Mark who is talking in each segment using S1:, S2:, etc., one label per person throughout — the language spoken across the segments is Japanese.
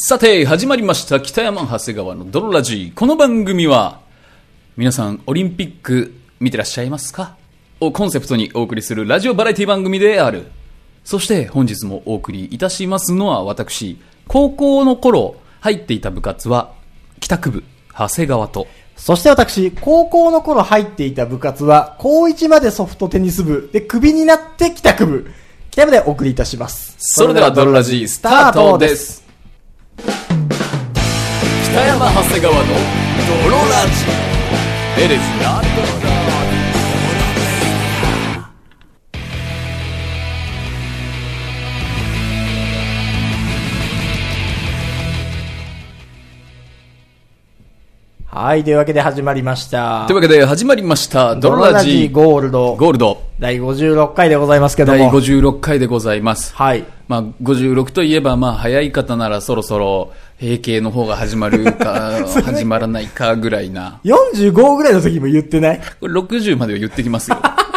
S1: さて始まりました北山長谷川の泥ラジ。この番組は皆さんオリンピック見てらっしゃいますかをコンセプトにお送りするラジオバラエティ番組である。そして本日もお送りいたしますのは私、高校の頃入っていた部活は帰宅部長谷川と、
S2: そして私、高校の頃入っていた部活は高1までソフトテニス部でクビになって帰宅部北山でお送りいたします。
S1: それでは泥ラジスタートです。北山長谷川の泥ラジ。エレスな
S2: はい、というわけで始まりました。
S1: というわけで始まりました泥ラジ
S2: ゴールド第56回でございますけども、
S1: 第56回でございます。
S2: はい。
S1: まあ56といえば、まあ早い方ならそろそろ閉経の方が始まるか始まらないかぐらいな。
S2: 45ぐらいの時も言ってない？
S1: これ60までは言ってきますよ。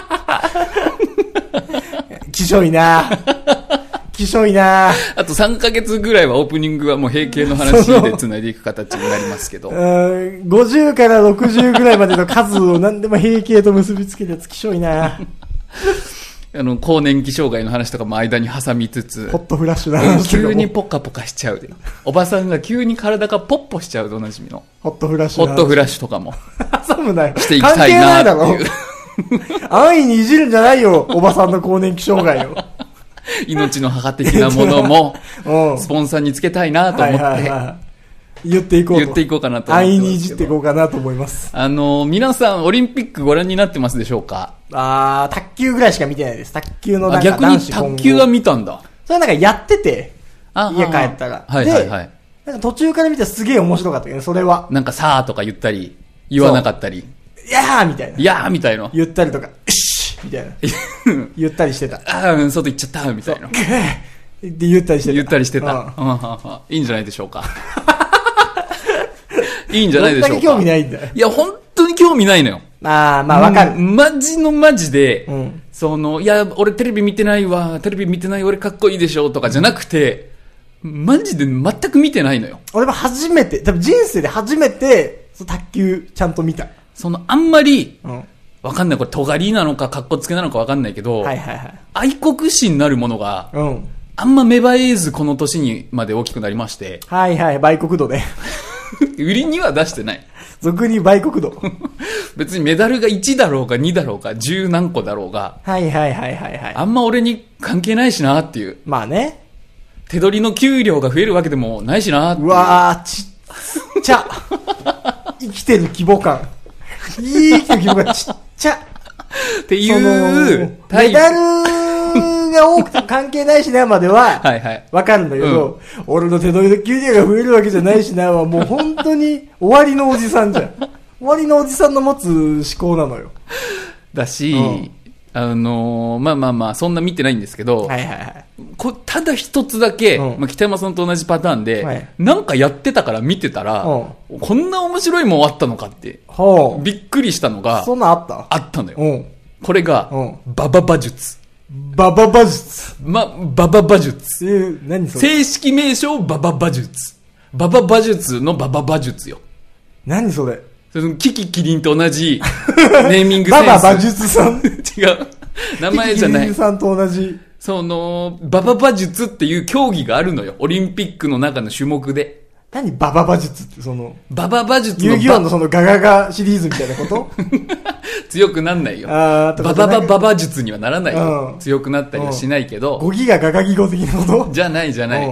S2: きしょいな。きしょいな。
S1: あと3ヶ月ぐらいはオープニングはもう閉経の話で繋いでいく形になりますけど。
S2: 50から60ぐらいまでの数を何でも閉経と結びつけてきしょいな。
S1: 更年期障害の話とかも間に挟みつつ、
S2: ホットフラッシュの話とかも
S1: 急にポッカポカしちゃうで。おばさんが急に体がポッポしちゃうでおなじみの。
S2: ホットフラッシュの話。
S1: ホットフラッシュとかも。
S2: 挟むなよ。
S1: していきたいなっていう。
S2: 関係ないだろ。安易にいじるんじゃないよ。おばさんの更年期障害を。
S1: 命の母的なものも、スポンサーにつけたいなと思って。
S2: 言っていこう
S1: かなと思って。
S2: 安易にいじっていこうかなと思います。
S1: 皆さんオリンピックご覧になってますでしょうか？
S2: 卓球ぐらいしか見てないです。卓球のなんか
S1: 逆に卓球は見たんだ。
S2: それなんかやってて、家帰ったら。
S1: はいはいはい。
S2: なんか途中から見たらすげえ面白かったけど、それは。
S1: なんかさーとか言ったり、言わなかったり。
S2: いやーみたいな。
S1: いやーみたいな。
S2: 言ったりとか、みたいな。言ったりしてた。
S1: 外行っちゃったみたいな。
S2: で言ったりしてた。
S1: 言ったりしてた。いいんじゃないでしょうか。いいんじゃないでしょうか。
S2: どんだけ興味ないんだよ。
S1: いや、本当に興味ないのよ。
S2: まあわかる。
S1: マジのマジで、いや、俺テレビ見てないわ、テレビ見てない俺かっこいいでしょとかじゃなくて、マジで全く見てないのよ。
S2: 俺も初めて、多分人生で初めて、卓球ちゃんと見た。
S1: あんまり、わかんない。これ、尖りなのか、かっこつけなのかわかんないけど、愛国心なるものが、あんま芽生えずこの年にまで大きくなりまして。
S2: 売国度ね。
S1: 売りには出してない。
S2: 俗に売国度。
S1: 別にメダルが1だろうが2だろうが10何個だろうが。あんま俺に関係ないしなっていう。
S2: まあね。
S1: 手取りの給料が増えるわけでもないしなっていう。
S2: うわー、ちっちゃ。生きてる規模感。生きてる規模感ちっちゃ。
S1: っていう
S2: メダルが多くても関係ないしなまではわかるんだけど、俺の手取りの給料が増えるわけじゃないしなはもう本当に終わりのおじさんじゃん。終わりのおじさんの持つ思考なのよ。
S1: だし、まあそんな見てないんですけど、ただ一つだけ、北山さんと同じパターンで、なんかやってたから見てたら、こんな面白いもんあったのかって、びっくりしたのが、
S2: そんなあった
S1: のよ。これが、ババ馬術。
S2: ババ馬術。
S1: ババ馬術。
S2: 何それ？
S1: 正式名称ババ馬術。ババ馬術のババ馬術よ。
S2: 何それ？
S1: キキキリンと同じネーミングセンス。
S2: ババ馬術さん
S1: 違う。名前じゃない。
S2: キキキリンさんと同じ。
S1: ババ馬術っていう競技があるのよ。オリンピックの中の種目で。
S2: 何ババ馬術って
S1: ババ馬術の
S2: 遊戯王のガガガシリーズみたいなこと
S1: 強くなんないよ。ババ馬術にはならないよ。強くなったりはしないけど。
S2: 語義がガガギ語的なこと
S1: じゃない。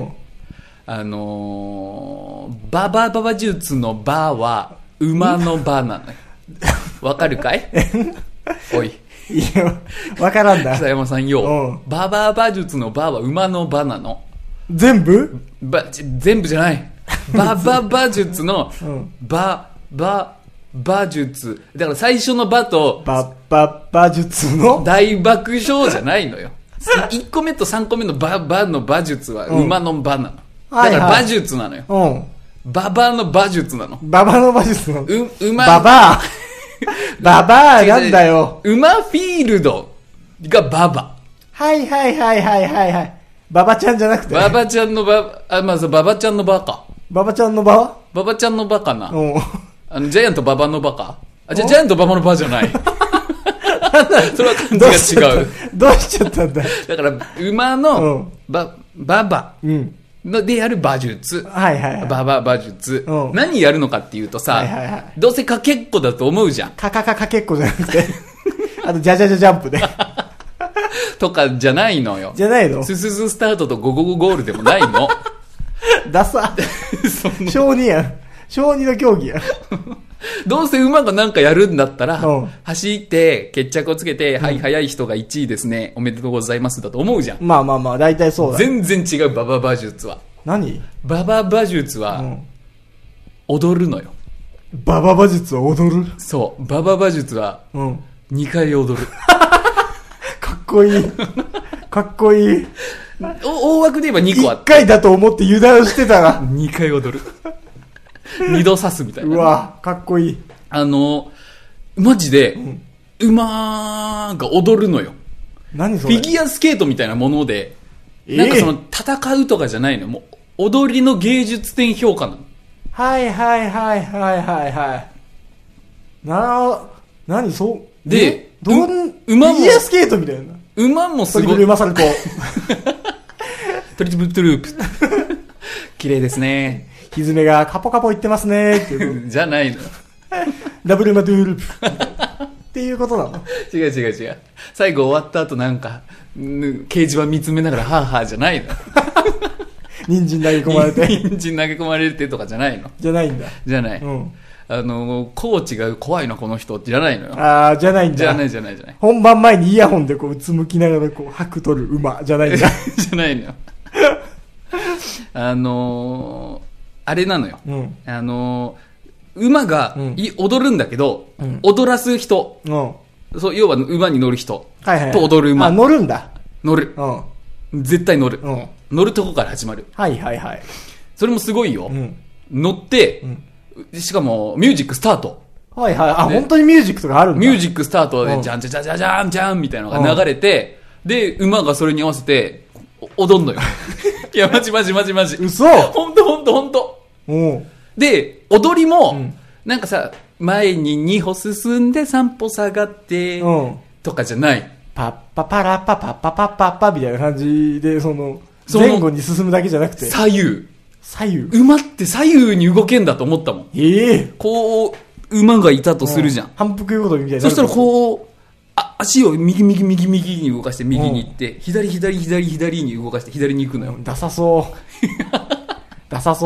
S1: ババ馬術のバは馬の馬なのよ。わかるかい？おい。
S2: いや、わからんだ。
S1: 北山さんよ。ババ馬術のバは馬の馬なの。
S2: 全部
S1: じゃない。ババ馬術の馬術。だから最初の馬と、
S2: 馬術の
S1: 大爆笑じゃないのよ。1個目と3個目の馬の馬術は馬の馬なの。だから馬術なのよ。馬場の馬術なの。
S2: 馬場の馬術なの。
S1: 馬。
S2: ババアなんだよ。
S1: 馬フィールドがババ。
S2: はい。 ババちゃんじゃなくて。
S1: ババちゃんのまずババちゃんのバか。
S2: ババちゃんのバ
S1: ババちゃんのバかな。
S2: うん。
S1: ジャイアントババのバか。ジャイアントババのバじゃない。それは感じが違う。
S2: どうしちゃったんだ。
S1: だから、馬の、ババでやる馬術。
S2: はいはいはい。
S1: ババ馬術。何やるのかっていうとさ、どうせかけっこだと思うじゃん。
S2: かけっこじゃなくて。あと、ジャジャンプで。
S1: とかじゃないのよ。
S2: じゃないの？
S1: ススタートとゴゴゴゴールでもないの。
S2: ダサ。小2やん。小2の競技やん。
S1: どうせ馬がなんかやるんだったら、走って決着をつけて、はい、早い人が1位ですね、おめでとうございますだと思うじゃん。
S2: まあ、大体そうだ。
S1: 全然違う、ババ馬術は。
S2: 何？
S1: ババ馬術は、踊るのよ。
S2: ババ馬術は踊る？
S1: そう、ババ馬術は、2回踊る。
S2: かっこいい。かっこいい。
S1: 大枠で言えば2個あって。
S2: 1回だと思って油断してたら。
S1: 2回踊る。2度刺すみたいな。
S2: うわ、かっこいい。
S1: マジで、馬が踊るのよ。
S2: 何それ？
S1: フィギュアスケートみたいなもので、なんかその戦うとかじゃないの。もう踊りの芸術点評価なの。
S2: はい。何そう
S1: で、
S2: 馬も。フィギュアスケートみたいな。
S1: 馬もすごい。
S2: トリプル馬サルコー。
S1: トリプルトゥループ。綺麗ですね。
S2: ひずめがカポカポ言ってますねっていう。
S1: じゃないの。
S2: ダブルマドゥーループ。っていうことなの？
S1: 違う。最後終わった後なんか、掲示板見つめながらハーハーじゃないの。
S2: 人参投げ込まれて。
S1: 人参投げ込まれてとかじゃないの。
S2: じゃないんだ。
S1: じゃない。コーチが怖いのこの人じゃないのよ。
S2: じゃないんだ。
S1: じゃない。
S2: 本番前にイヤホンでこううつむきながらこう吐く取る馬じゃないんだ。
S1: じゃないのよ。あれなのよ。馬が、踊るんだけど、踊らす人、そう、要は馬に乗る人、と踊る馬。
S2: 乗るんだ。
S1: 乗る。絶対乗る。乗るとこから始まる。
S2: はい。
S1: それもすごいよ。乗って、しかもミュージックスタート。
S2: 本当にミュージックとかあるんだ。
S1: ミュージックスタートで、じゃんじゃんみたいなのが流れて、で、馬がそれに合わせて、踊んのよ。いや、マジ。
S2: 嘘？
S1: ほんと。で、踊りも、なんかさ、前に2歩進んで3歩下がって、とかじゃない。
S2: パッパパラパパッパパッパッパみたいな感じで、前後に進むだけじゃなくて。
S1: 左右。馬って左右に動けんだと思ったもん。こう、馬がいたとするじゃん。
S2: 反復横跳びみたいな。
S1: そしたらこう、足を右に動かして右に行って、左に動かして左に行くのよ。
S2: ダサそう。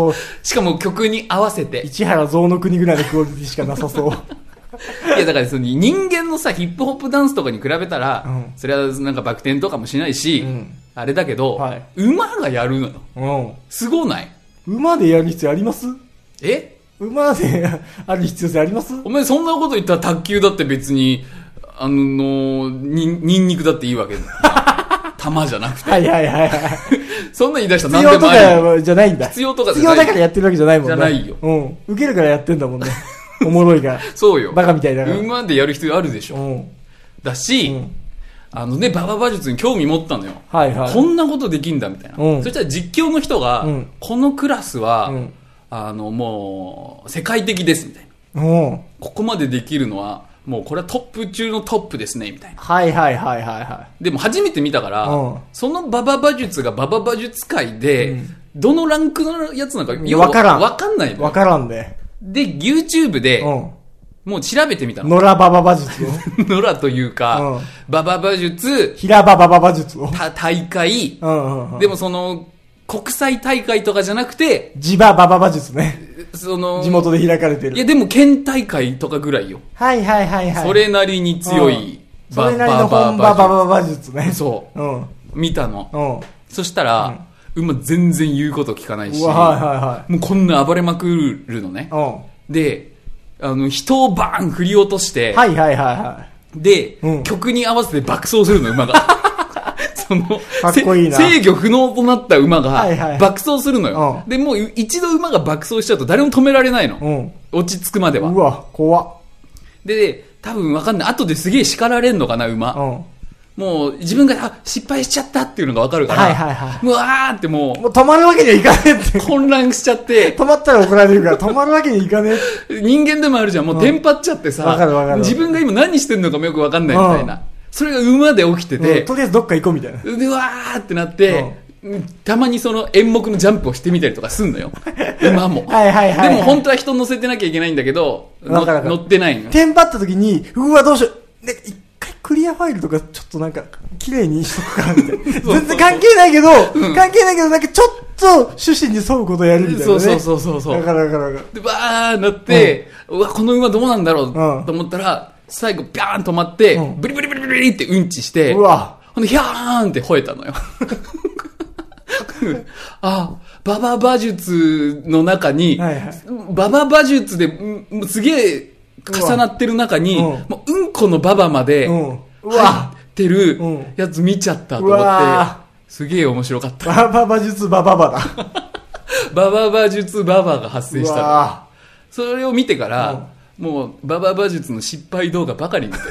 S1: しかも曲に合わせて。
S2: 市原象の国ぐらいのクオリティしかなさそう。
S1: いやだから人間のさ、ヒップホップダンスとかに比べたら、それはなんかバク転とかもしないし、あれだけど、馬がやるのよ。すごない？
S2: 馬でやる必要あります？馬である必要性あります？
S1: お前そんなこと言ったら卓球だって別に、ニンニクだっていいわけだ。玉じゃなくて。そんな言い出したら何でもあり。
S2: 必要とかじゃないんだ。
S1: 必要とか
S2: じゃない。必要だからやってるわけじゃないもんね。
S1: じゃないよ。
S2: 受けるからやってんだもんね。おもろいから。
S1: そうよ。
S2: バカみたいだから。
S1: 馬でやる必要あるでしょ。だし、ババ馬術に興味持ったのよ。こんなことできんだみたいな。そしたら実況の人が、このクラスは、もう、世界的ですみたいな。ここまでできるのは、もうこれはトップ中のトップですね、みたいな。でも初めて見たから、そのババ馬術がババ馬術界で、どのランクのやつなのか、
S2: わからん。
S1: わかんないのよ。
S2: わからんで。
S1: で、YouTube で、もう調べてみたの。
S2: 野良ババ馬術を。
S1: 野良というか、ババ馬術、
S2: 平ババ馬術を。
S1: 大会、でも国際大会とかじゃなくて、
S2: 地場ババ馬術ね。地元で開かれてる。
S1: いやでも県大会とかぐらいよ。それなりに強い
S2: それなりの本場ババ馬術ね。
S1: そう。見たの。そしたら、馬全然言うこと聞かないし、もうこんな暴れまくるのね。で、人をバーン振り落として、で、曲に合わせて爆走するの、馬が。
S2: かっこいいな。
S1: 制御不能となった馬が爆走するのよ。で、もう一度馬が爆走しちゃうと誰も止められないの。落ち着くまでは。
S2: うわ、怖っ。
S1: で、多分わかんない。後ですげえ叱られんのかな、馬。 もう自分が失敗しちゃったっていうのが分かるから、
S2: はいはいはい、
S1: うわーってもう
S2: 止まるわけにはいかねえって
S1: 混乱しちゃって
S2: 止まったら怒られるから止まるわけにいかね
S1: え人間でもあるじゃん、もうテンパっちゃってさ、
S2: わかるわかる、
S1: 自分が今何してんのかもよく分かんないみたいな、それが馬で起きてて、
S2: とりあえずどっか行こうみたいな
S1: でわーってなって、たまにその演目のジャンプをしてみたりとかすんのよ馬も
S2: はいはいはい、はい、
S1: でも本当は人乗せてなきゃいけないんだけど乗ってないの。
S2: テンパった時にうわどうしようで一回クリアファイルとかちょっとなんか綺麗にしとくかみたいな全然関係ないけど、関係ないけどなんかちょっと趣旨に沿うことをやるみたいなね。
S1: そう
S2: だから
S1: でバーなって、うわこの馬どうなんだろうと思ったら、最後ビャーン止まって、ブリブリブリブリってうんちして、
S2: うわ
S1: ほんでヒャーンって吠えたのよババ馬術の中に、はいはい、ババ馬術ですげえ重なってる中に、もううんこのババまで入ってるやつ見ちゃったと思って、すげえ面白かった。
S2: ババ馬術バババだ
S1: ババ馬術ババが発生したの。それを見てから、もうババ馬術の失敗動画ばかり見てる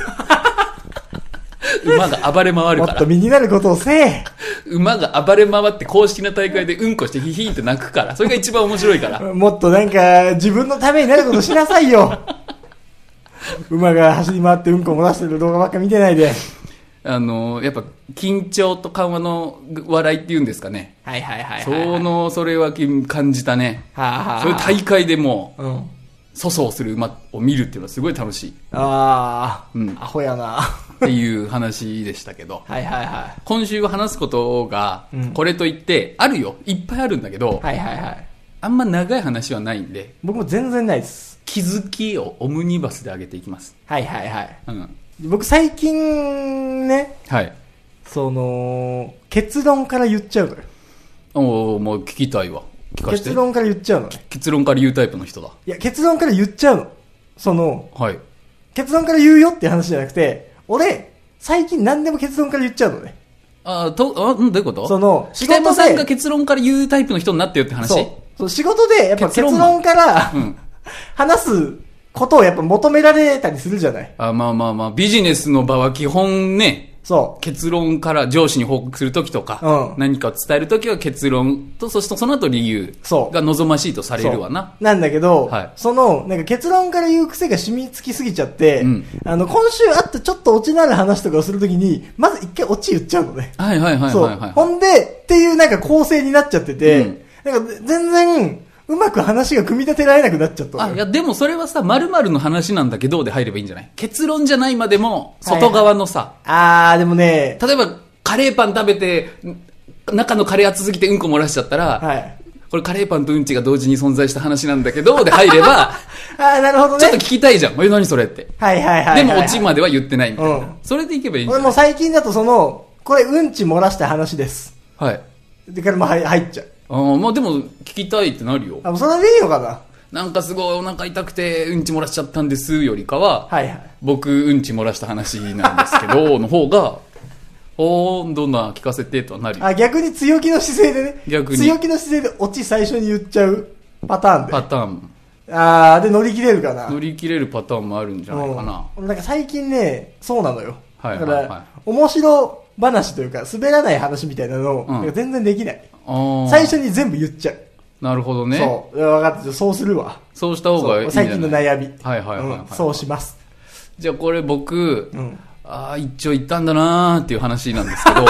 S1: 馬が暴れ回るから。
S2: もっと身になることをせえ。
S1: 馬が暴れ回って公式な大会でうんこしてヒヒーって泣くから。それが一番面白いから。
S2: もっとなんか自分のためになることしなさいよ馬が走り回ってうんこ漏らしてる動画ばっか見てないで。やっ
S1: ぱ緊張と緩和の笑いっていうんですかね。
S2: はいはいはい、
S1: それは感じたね。そういう大会でも粗相する馬を見るっていうのはすごい楽しい。
S2: アホやな
S1: っていう話でしたけど
S2: はいはいはい。
S1: 今週は話すことがこれといってあるよ、いっぱいあるんだけど、
S2: はいはいはい、
S1: あんま長い話はないんで、
S2: 僕も全然ないです。
S1: 気づきをオムニバスで上げていきます。
S2: はいはいはい、僕最近ね、
S1: はい、
S2: 結論から言っちゃうのよ。
S1: もう聞きたいわ。聞かせて。
S2: 結論から言っちゃうのね。
S1: 結論から言うタイプの人だ。
S2: いや、結論から言っちゃうの。
S1: はい。
S2: 結論から言うよって話じゃなくて、俺、最近何でも結論から言っちゃうのね。
S1: どういうこと？
S2: 仕事で。
S1: 北山さんが結論から言うタイプの人になってよって話？
S2: そう、仕事で、やっぱ結論から、話すことをやっぱ求められたりするじゃない。
S1: まあ、ビジネスの場は基本ね、
S2: そう。
S1: 結論から上司に報告するときとか、何かを伝えるときは結論と、そしてその後理由が望ましいとされるわな。
S2: なんだけど、はい、なんか結論から言う癖が染みつきすぎちゃって、今週あったちょっとオチのある話とかをするときに、まず一回オチ言っちゃうのね。
S1: はいはいはいはい、はい。
S2: ほんで、っていうなんか構成になっちゃってて、なんか全然、うまく話が組み立てられなくなっちゃった。
S1: いや、でもそれはさ、〇〇の話なんだけどで入ればいいんじゃない？結論じゃないまでも、外側のさ。
S2: でもね。
S1: 例えば、カレーパン食べて、中のカレー熱すぎてうんこ漏らしちゃったら、これカレーパンとうんちが同時に存在した話なんだけどで入れば、
S2: なるほどね。
S1: ちょっと聞きたいじゃん。何それって。
S2: はいはいはい。
S1: でもオチまでは言ってないみたいな。それでいけばいいんじゃない？
S2: 俺も最近だとこれうんち漏らした話です。
S1: はい。
S2: でからも入っちゃう。
S1: まあでも聞きたいってなるよ。
S2: それでいいのかな。
S1: なんかすごいお腹痛くてうんち漏らしちゃったんですよりかは、僕うんち漏らした話なんですけどの方がどんな聞かせてとはなるよ。
S2: 逆に強気の姿勢でね。強気の姿勢でオチ最初に言っちゃうパターンで。
S1: パターン。
S2: で乗り切れるかな。
S1: 乗り切れるパターンもあるんじゃないかな。
S2: なんか最近ね、そうなのよ。だから、面白話というか滑らない話みたいなのを、全然できない。最初に全部言っちゃう。
S1: なるほどね。
S2: そう。分かった。そうするわ。
S1: そうした方がいいんじゃない？
S2: 最近の悩み。
S1: はい。
S2: そうします。
S1: じゃあこれ僕、一長一短だなーっていう話なんですけど、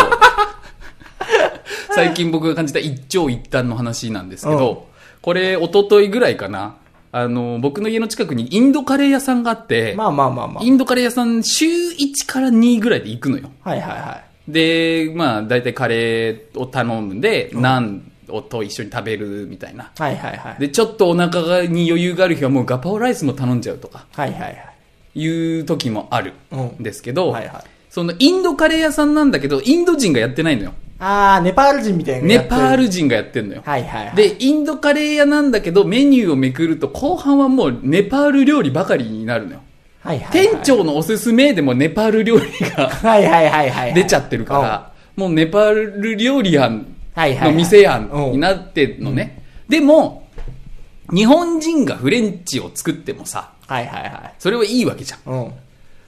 S1: 最近僕が感じた一長一短の話なんですけど、これ一昨日ぐらいかな。僕の家の近くにインドカレー屋さんがあって、インドカレー屋さん週1から2ぐらいで行くのよ。で、だいたいカレーを頼むんで、ナンと一緒に食べるみたいな。で、ちょっとお腹に余裕がある日はもうガパオライスも頼んじゃうとか。いう時もあるんですけど、そのインドカレー屋さんなんだけど、インド人がやってないのよ。
S2: ネパール人みたいな。
S1: ネパール人がやってんのよ。で、インドカレー屋なんだけど、メニューをめくると、後半はもうネパール料理ばかりになるのよ。店長のおすすめでもネパール料理が出ちゃってるから、もうネパール料理やんの店やんになってんのね。でも、日本人がフレンチを作ってもさ、それはいいわけじゃん。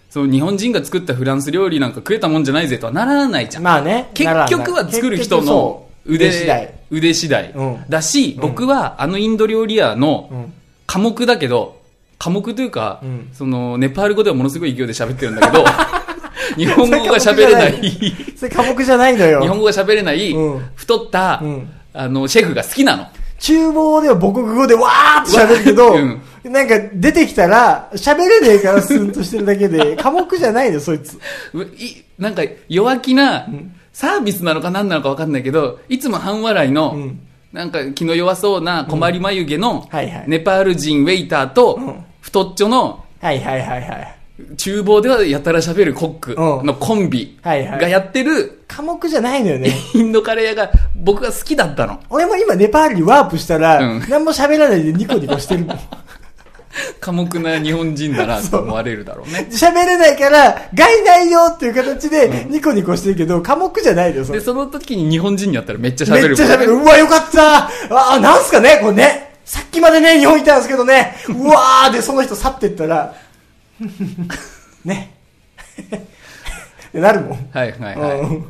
S1: その日本人が作ったフランス料理なんか食えたもんじゃないぜとはならないじゃん。
S2: まあね。
S1: 結局は作る人の腕次第。だし、僕はあのインド料理屋の寡黙だけど、寡黙というか、そのネパール語ではものすごい勢いで喋ってるんだけど、日本語が喋れない。
S2: それ寡黙じゃないのよ。
S1: 日本語が喋れない、太った、シェフが好きなの。
S2: 厨房では母国語でわーって喋るけど、なんか出てきたら喋れねえからスンとしてるだけで、寡黙じゃないのそいつ。
S1: なんか弱気な、サービスなのか何なのか分かんないけど、いつも半笑いの、なんか気の弱そうな困り眉毛のネパール人ウェイターと、太っちょの、厨房ではやたら喋るコックのコンビがやってる、
S2: 寡黙じゃないのよね。
S1: インドカレー屋が僕が好きだったの。
S2: 俺も今ネパールにワープしたら、何も喋らないでニコニコしてるもん。
S1: 寡黙な日本人だなと思われるだろうね。
S2: 喋れないから、外来よっていう形でニコニコしてるけど、寡黙じゃないよ、それ。
S1: で、その時に日本人にやったらめっちゃ喋る。
S2: めっちゃ喋る。うわ、よかったなんすかねこれね。さっきまでね、日本いたんですけどね。うわーで、その人去ってったら、ね。なるもん。
S1: はいはいはい。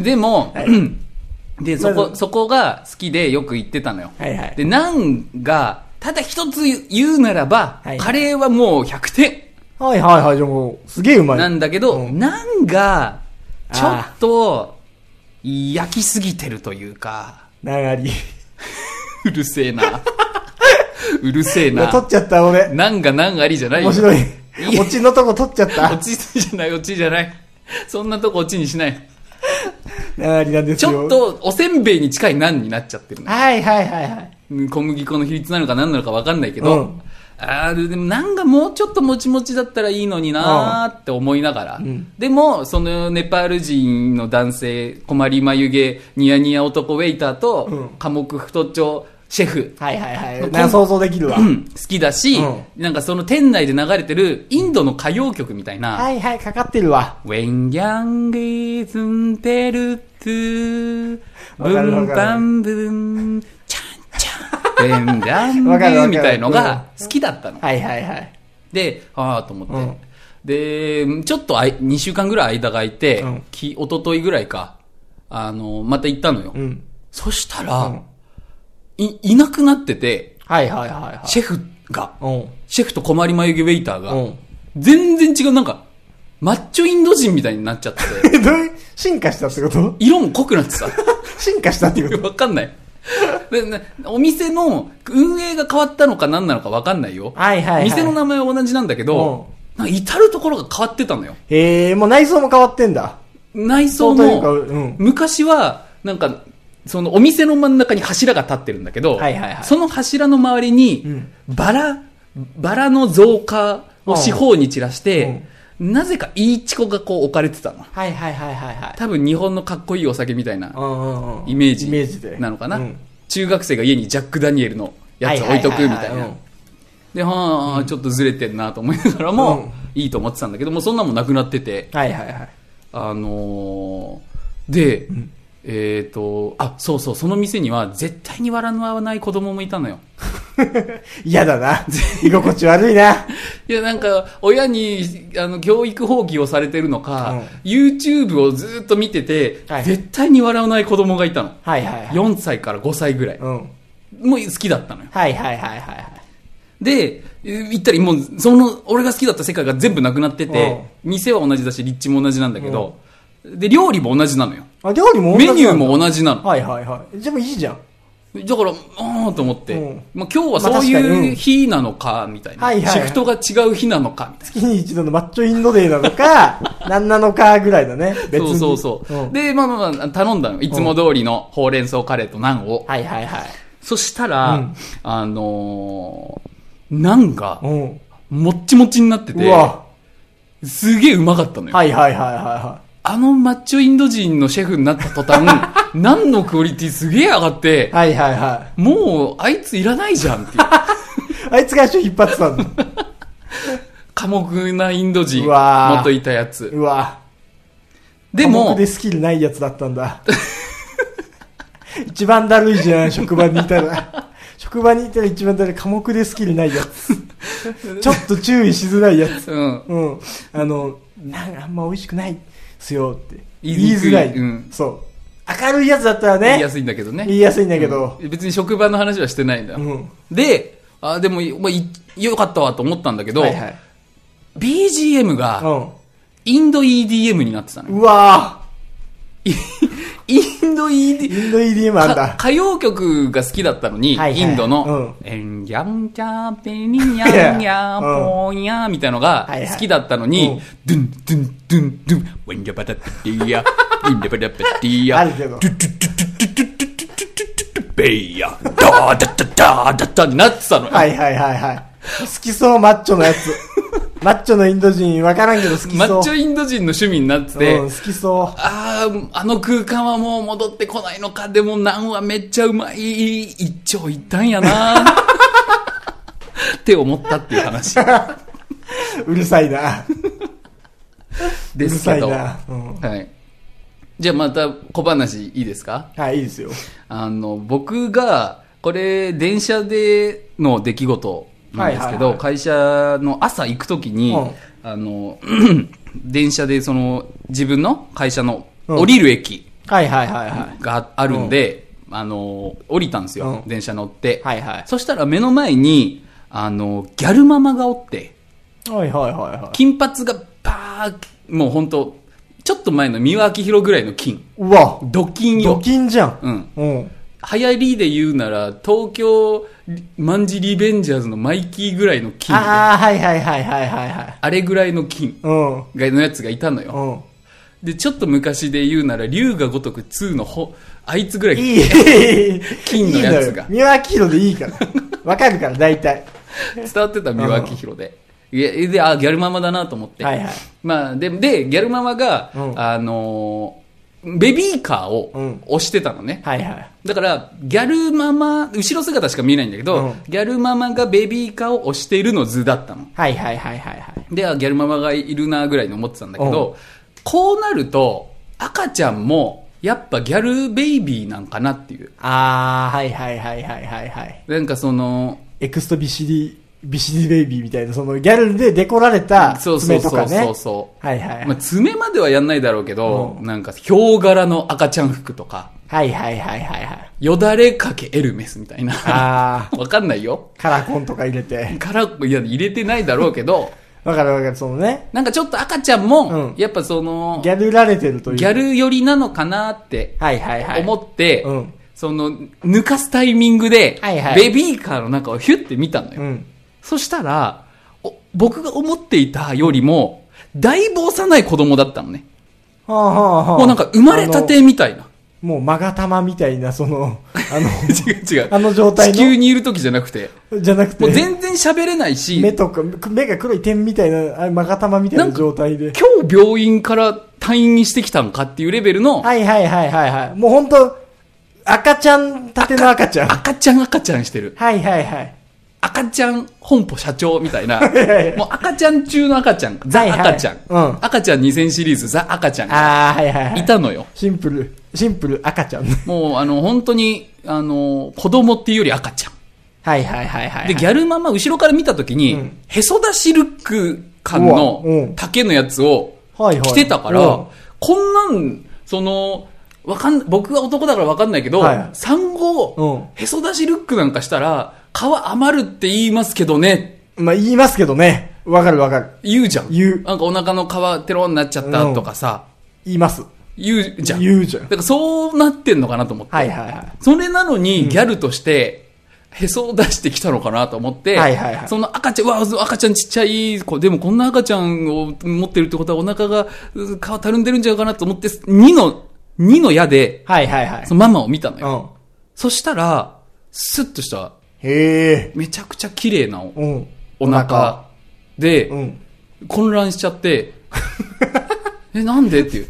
S1: でも、で、そこが好きでよく行ってたのよ。で、ナンが、ただ一つ言うならば、カレーはもう100点。
S2: じゃあもう、すげえうまい。
S1: なんだけど、ナンが、ちょっと、焼きすぎてるというか。
S2: 長り。
S1: うるせえな。うるせえな。
S2: 取っちゃった、俺。
S1: ナンがナンありじゃないよ。
S2: 面白い。オチのとこ取っちゃった。
S1: オチじゃない。そんなとこオチにしない。
S2: 長りなんですよ。
S1: ちょっと、おせんべいに近いナンになっちゃってる。小麦粉の比率なのか何なのか分かんないけど、でもなんかもうちょっともちもちだったらいいのになーって思いながら、でもそのネパール人の男性困り眉毛ニヤニヤ男ウェイターと、寡黙太っちょシェフ
S2: 想像できるわ、
S1: 好きだし、なんかその店内で流れてるインドの歌謡曲みたいな
S2: かかってるわ。
S1: When young is in the to ブンバンブンベンダンベンみたいのが好きだったの。で、と思って。で、ちょっと2週間ぐらい間が空いて、一昨日ぐらいか、また行ったのよ。そしたら、いなくなってて、シェフが、シェフと困り眉毛ウェイターが、全然違う、なんか、マッチョインド人みたいになっちゃって。
S2: 進化したってこと？
S1: 色も濃くなってさ。
S2: 進化したってこと？
S1: わかんない。お店の運営が変わったのか何なのか分かんないよ。店の名前は同じなんだけど、なんか至るところが変わってたのよ。
S2: もう内装も変わってんだ。
S1: 内装も、昔は、なんか、そのお店の真ん中に柱が立ってるんだけど、その柱の周りに、バラの造花を四方に散らして、なぜかイーチコがこう置かれてたの。多分日本のかっこいいお酒みたいなイメージなのかな。中学生が家にジャック・ダニエルのやつ置いとくみたいな。で、ちょっとずれてんなと思いながらも、いいと思ってたんだけども、そんなもんなくなってて。で、そう、その店には絶対に笑わない子供もいたのよ。
S2: 嫌だな。居心地悪いな。
S1: いや、なんか、親に、教育放棄をされてるのか、YouTube をずっと見てて、絶対に笑わない子供がいたの。4歳から5歳ぐらい。もう好きだったのよ。で、行ったり、もう、俺が好きだった世界が全部なくなってて、店は同じだし、立地も同じなんだけど、で、料理も同じなのよ。
S2: 料理も同じなの？
S1: メニューも同じなの。
S2: でもいいじゃん。
S1: だから、と思って。今日はそういう日なのか、みたいな。シフトが違う日なのか、みたいな。
S2: 月に一度のマッチョインドデーなのか、何なのかぐらいだね。別に。
S1: そう。で、頼んだの。いつも通りのほうれん草カレーとナンを。そしたら、ナンが、もっちもちになってて、すげえうまかったのよ。マッチョインド人のシェフになった途端、ナンのクオリティすげえ上がって、もう、あいついらないじゃんっていう。
S2: あいつが足を引っ張ってたんだ。
S1: 寡黙なインド人、元いたやつ。でも、
S2: 寡黙でスキルないやつだったんだ。一番だるいじゃん、職場にいたら。職場にいたら一番だるい、寡黙でスキルないやつ。ちょっと注意しづらいやつ。 なんかあんま美味しくないっすよって
S1: 言
S2: いづらい。
S1: うん。
S2: そう。明るいやつだったらね。
S1: 言いやすいんだけどね。
S2: 言いやすいんだけど。
S1: 別に職場の話はしてないんだ。で、でも、よかったわと思ったんだけど、BGM が、インド EDM になってたのよ。
S2: うわ
S1: インド
S2: EDM あんだ。
S1: 歌謡曲が好きだったのに、インドの、エンジャンチャーペニニャンヤーポーニャーみたいなのが好きだったのに、ドゥンドゥンドゥンドゥン、ウェンジャバタティヤ、ウェンジャバタティヤ、
S2: あるけど。
S1: ベイヤ、ダーダッダダーダッダになってたのよ。
S2: はい。好きそう、マッチョのやつ。マッチョのインド人、わからんけど好きそう。
S1: マッチョインド人の趣味になってて、
S2: 好きそう。
S1: あの空間はもう戻ってこないのか、でもナンはめっちゃうまい、一長一短やなって思ったっていう話。
S2: うるさいな。
S1: ですけど。
S2: うるさい
S1: な。はい。じゃあまた小話いいですか？
S2: はい、いいですよ。
S1: 僕が、これ電車での出来事なんですけど、会社の朝行くときに、電車で自分の会社の降りる駅があるんで、降りたんですよ、電車乗って。そしたら目の前に、ギャルママがおって、金髪がバー、もう本当ちょっと前の三輪明宏ぐらいの金。
S2: うわ。
S1: ド金よ。
S2: ド金じゃん。
S1: うん。流行りで言うなら、東京マンジリベンジャーズのマイキーぐらいの金。
S2: ああ、はい。
S1: あれの金のやつがいたのよ。で、ちょっと昔で言うなら、龍が如く2のあいつぐらい金のやつが。
S2: 三輪明宏でいいから。わかるから、大体。
S1: 伝わってた三輪明宏で。で、ギャルママだなと思って。まあ、で、ギャルママが、ベビーカーを押してたのね。だから、ギャルママ、後ろ姿しか見えないんだけど、ギャルママがベビーカーを押しているの図だったの。で、ギャルママがいるなぐらいに思ってたんだけど、こうなると、赤ちゃんも、やっぱギャルベイビーなんかなっていう。なんか
S2: エクストビシリベイビーみたいな、ギャルでデコられた爪とかね。
S1: まあ、爪まではやんないだろうけど、なんか、ヒョウ柄の赤ちゃん服とか。よだれかけエルメスみたいな。わかんないよ。
S2: カラコンとか入れて。
S1: いや、入れてないだろうけど。
S2: わかる、ね。
S1: なんかちょっと赤ちゃんも、やっぱギ
S2: ャルられてるという。
S1: ギャル寄りなのかなって、思って、抜かすタイミングで、ベビーカーの中をヒュッて見たのよ。そしたら、僕が思っていたよりも、だいぶ幼い子供だったのね。もうなんか生まれたてみたいな。
S2: もうマガタマみたいな、違う。
S1: あの状態の。地球にいる時じゃなくて。もう全然喋れないし。
S2: 目が黒い点みたいな、マガタマみたいな状態で。
S1: 今日病院から退院にしてきたんかっていうレベルの。
S2: もう本当赤ちゃん、たての赤ちゃん。
S1: 赤ちゃんしてる。赤ちゃん本舗社長みたいな、もう赤ちゃん中の赤ちゃん、ザ赤ちゃん、赤ちゃん2000シリーズザ赤ちゃんがいたのよ。
S2: シンプル赤ちゃん。
S1: もう本当に子供っていうより赤ちゃん。でギャルママ後ろから見たときに、へそ出しルック感の丈のやつを着てたから、こんなん僕が男だからわかんないけど、産後へそ出しルックなんかしたら。皮余るって言いますけどね。
S2: まあ、言いますけどね。わかる。
S1: 言うじゃん。なんかお腹の皮テロになっちゃったとかさ。
S2: 言います。
S1: 言うじゃん。
S2: だ
S1: からそうなってんのかなと思って。それなのにギャルとして、へそを出してきたのかなと思って、その赤ちゃん、赤ちゃんちっちゃい、でもこんな赤ちゃんを持ってるってことはお腹が皮たるんでるんじゃないかなと思って、2の矢で、そのママを見たのよ。そしたら、スッとした、めちゃくちゃ綺麗なお腹で、混乱しちゃって、なんでっていう。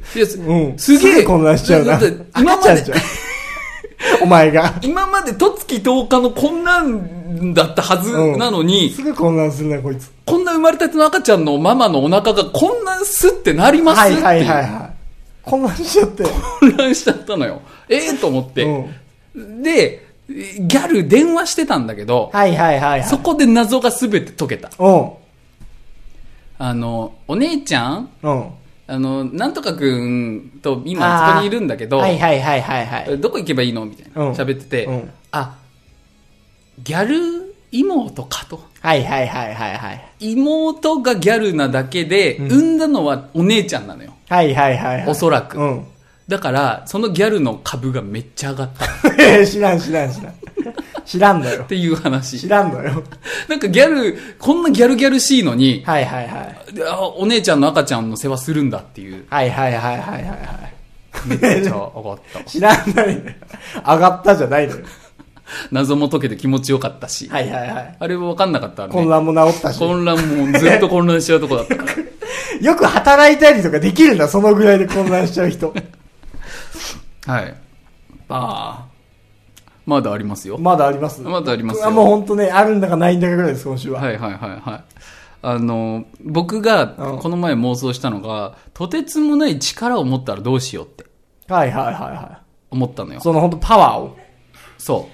S1: すげえ
S2: 混乱しちゃうな。今まで、お前が。
S1: 今まで十月10日のこんなんだったはずなのに、
S2: すぐ混乱するな、こいつ。
S1: こんな生まれたての赤ちゃんのママのお腹がこんなスッてなりますっていう。
S2: 混乱しちゃって。
S1: 混乱しちゃったのよ。と思って。で、ギャル電話してたんだけど、そこで謎がすべて解けた。 お姉ちゃんなんとかくんと今そこにいるんだけど、
S2: はいはいはいはいはい。
S1: どこ行けばいいのみたいな。喋ってて、ギャル妹かと。
S2: はいはいはいはいはい。
S1: 妹がギャルなだけで、産んだのはお姉ちゃんなのよ。
S2: はいはいはいはい。
S1: おそらく。だから、そのギャルの株がめっちゃ上がった。
S2: 知らん。知らんのよ。
S1: っていう話。
S2: 知らんのよ。
S1: なんかこんなギャルしいのに、
S2: はいはいはい。
S1: お姉ちゃんの赤ちゃんの世話するんだっていう。
S2: はいはいはいはいはい。
S1: めっちゃ上がった。
S2: 知らんのよ。上がったじゃないのよ。
S1: 謎も解けて気持ちよかったし。
S2: はいはいはい。
S1: あれ分かんなかったね。
S2: 混乱も治ったし。
S1: 混乱もずっと混乱しちゃうとこだったから。
S2: よく働いたりとかできるんだ、そのぐらいで混乱しちゃう人。
S1: はい。まだありますよ。
S2: まだあります。
S1: まだありますよ。
S2: もう本当ね、あるんだかないんだかぐらいです、今週は。
S1: はいはいはいはい。僕がこの前妄想したのが、とてつもない力を持ったらどうしようって。
S2: はいはいはいはい。
S1: 思ったのよ。
S2: その本当パワーを。
S1: そう。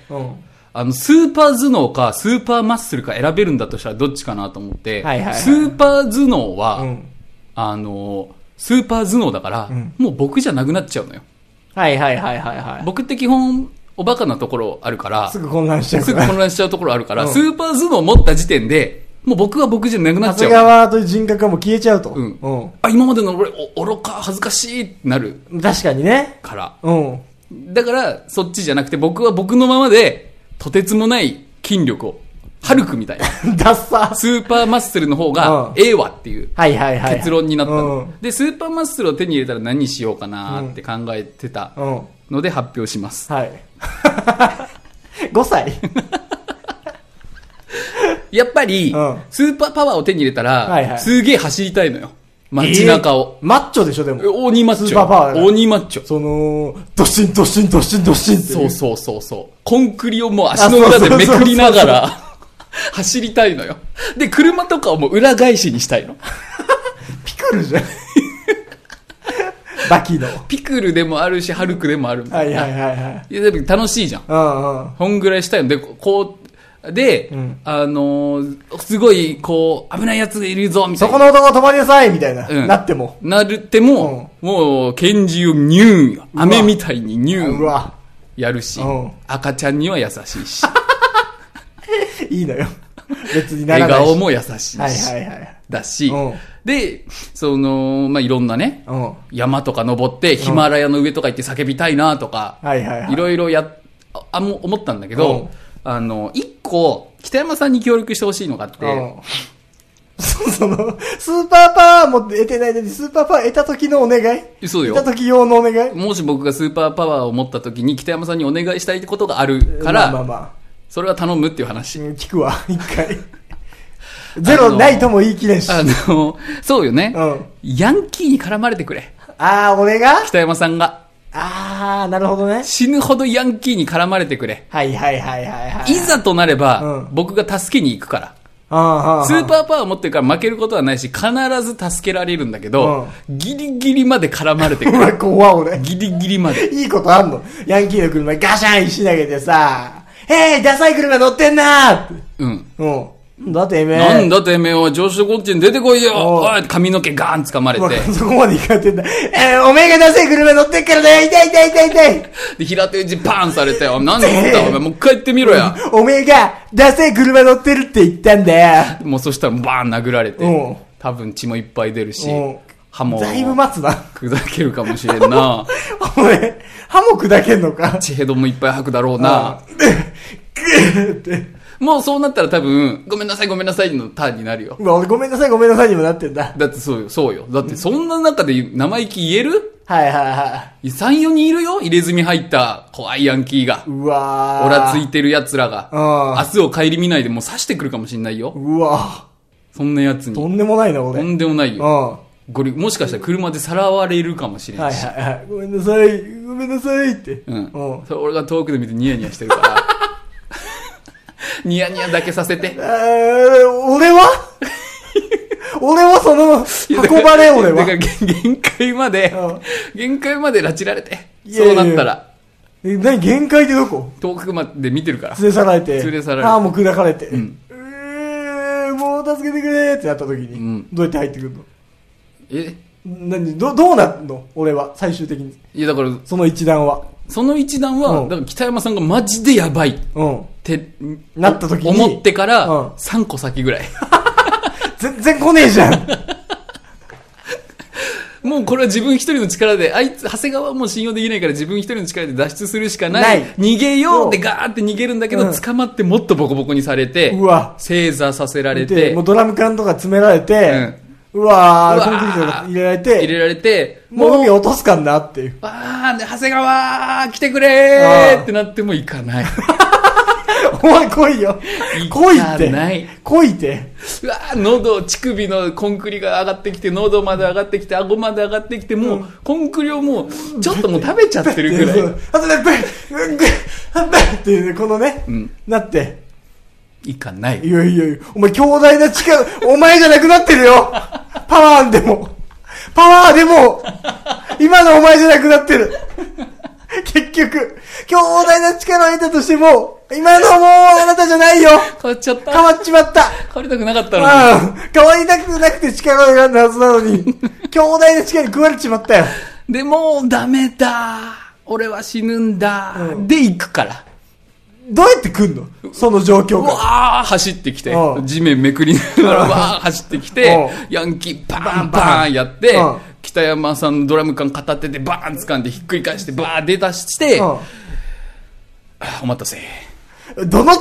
S1: スーパー頭脳かスーパーマッスルか選べるんだとしたらどっちかなと思って、
S2: はいはいはい、
S1: スーパー頭脳は、スーパー頭脳だから、もう僕じゃなくなっちゃうのよ。
S2: はいはいはいはいはい。
S1: 僕って基本、おバカなところあるから、
S2: すぐ混乱しちゃう
S1: ところあるから、スーパー頭脳を持った時点で、もう僕は僕じゃなくなっちゃう。
S2: 長谷川という人格がもう消えちゃうと。
S1: 今までの俺、愚か、恥ずかしいってなる。
S2: 確かにね。
S1: から。だから、そっちじゃなくて、僕は僕のままで、とてつもない筋力を、ハルクみたいな。
S2: ダッサ
S1: スーパーマッスルの方が、ええわっていう、結論になったの。で、スーパーマッスルを手に入れたら何しようかなって考えてたので発表します。
S2: はい。5歳
S1: やっぱり、スーパーパワーを手に入れたら、すげえ走りたいのよ。街中を。
S2: マッチョでしょ、でも。
S1: 鬼マッチョ。
S2: スーパーパワー。
S1: 鬼マッチョ。
S2: ドシンドシンドシンドシンって。
S1: そう。コンクリをもう足の裏でめくりながら、走りたいのよ。で、車とかをもう裏返しにしたいの。
S2: ピクルじゃん。バキの。
S1: ピクルでもあるし、ハルクでもあるみたいな。
S2: はい。
S1: いや、でも楽しいじゃん。ほんぐらいしたいので、で、すごい、危ない奴がいるぞ、みたいな。
S2: そこの男止まりなさいみたいな。なっても。
S1: もう、拳銃をニューン、飴みたいにニューン。やるし、赤ちゃんには優しいし。
S2: いいのよ。別にならないし。
S1: 笑顔も優しいし。だし、で、いろんなね、山とか登って、ヒマラヤの上とか行って叫びたいなとか、いろいろ思ったんだけど、一個、北山さんに協力してほしいのがあって、
S2: スーパーパワーも得てないのに、スーパーパワー得た時のお願い？
S1: そうよ。
S2: 得た時用のお願い？
S1: もし僕がスーパーパワーを持った時に、北山さんにお願いしたいことがあるから、それは頼むっていう話。
S2: 聞くわ、一回。ゼロないとも言い切れんし。
S1: そうよね。ヤンキーに絡まれてくれ。
S2: 俺が？
S1: 北山さんが。
S2: なるほどね。
S1: 死ぬほどヤンキーに絡まれてくれ。いざとなれば、僕が助けに行くから。スーパーパワーを持ってるから負けることはないし、必ず助けられるんだけど、ギリギリまで絡まれてくる。
S2: 怖俺。
S1: ギリギリまで。
S2: いいことあんの？ヤンキーの車にガシャン石投げてさ、ダサい車乗ってんなーって。なんだてめえ
S1: は調子でこっちに出てこいよ。髪の毛ガーン掴まれて。
S2: そこまでいかれてんだ。おめえがダサい車乗ってっからね。痛い。
S1: で、平手打ちパーンされて、なんでだお前もう一回言ってみろや。
S2: おめえがダサい車乗ってるって言ったんだよ。
S1: もうそしたらバーン殴られて、多分血もいっぱい出るし、歯も。
S2: だいぶ待つな。
S1: 砕けるかもしれんな。
S2: お前、歯も砕けんのか？
S1: 血ヘドもいっぱい吐くだろうな。もうそうなったら多分、ごめんなさいのターンになるよ。
S2: ごめんなさいにもなってんだ。
S1: だってそうよ。だってそんな中で生意気言える？
S2: 3、
S1: 4人いるよ入れ墨入った怖いヤンキーが。
S2: うわ
S1: ー。オラついてる奴らが。明日を顧みないでもう刺してくるかもしんないよ。
S2: うわ
S1: ー。そんな奴に。
S2: とんでもないな、俺。
S1: とんでもないよ。もしかしたら車でさらわれるかもしれないし。
S2: ごめんなさいって。
S1: それ俺が遠くで見てニヤニヤしてるから。ニヤニヤだけさせて。
S2: 俺は運ばれ、俺は。
S1: だから限界まで拉致られて。そうなったら。
S2: 限界ってどこ？
S1: 遠くまで見てるから。
S2: 連れ去られて。
S1: も
S2: う砕かれて。もう助けてくれってなった時に、
S1: うん、
S2: どうやって入ってくるの？どうなるの？俺は、最終的に。
S1: いや、だから、
S2: その一段は、
S1: だから北山さんがマジでやばいって、
S2: なった時に。
S1: 思ってから、3個先ぐらい。
S2: 全然来ねえじゃん。
S1: もうこれは自分一人の力で、長谷川はもう信用できないから自分一人の力で脱出するしかない。逃げようってガーって逃げるんだけど、捕まってもっとボコボコにされて、正座させられて、
S2: もうドラム缶とか詰められて、コンクリートが入れられて、もう海落とすかんなっていう。
S1: 長谷川来てくれーってなっても行かない。
S2: お前来いよ。来いって。来いって。
S1: 乳首のコンクリが上がってきて、喉まで上がってきて、顎まで上がってきて、もう、コンクリをもう、ちょっともう食べちゃってるぐらい。
S2: っていうね、このね、なって。
S1: いかない。
S2: いや、お前強大な力、お前じゃなくなってるよ。パワーでも、今のお前じゃなくなってる。結局、強大な力を得たとしても、今のもうあなたじゃないよ。
S1: 変わっちゃった。
S2: 変わっちまった。
S1: 変わりたくなかったのに。
S2: 変わりたくなくて力を選んだはずなのに、強大な力に食われちまったよ。
S1: でも、ダメだ。俺は死ぬんだ。で、行くから。
S2: どうやって来んの？その状況が。
S1: 走ってきて、地面めくりながら走ってきて、ヤンキーバンバンやって、北山さんのドラム缶片手でバーン掴んでひっくり返してバーン出だして、お待たせ。
S2: どの面引っ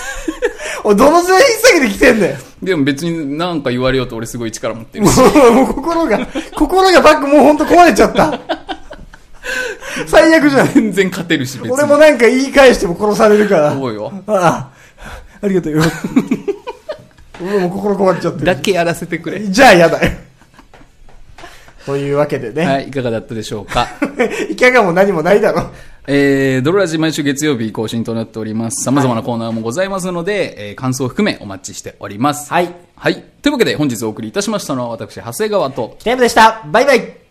S2: 提げてきてんだよ。
S1: でも別に何か言われようと俺すごい力持ってるし。
S2: もう心がバックもうほんと壊れちゃった。最悪じゃん。
S1: 全然勝てるし別に。
S2: 俺もなんか言い返しても殺されるから。
S1: そうよ。
S2: ありがとうよ。俺も心壊れちゃってる。
S1: だけやらせてくれ。
S2: じゃあやだよ。というわけでね。
S1: はい、いかがだったでしょうか。
S2: いかがも何もないだろ。
S1: ドロラジ毎週月曜日更新となっております。様々なコーナーもございますので、感想を含めお待ちしております。
S2: はい。
S1: はい。というわけで本日お送りいたしましたのは私、長谷川と
S2: 北山でした。バイバイ。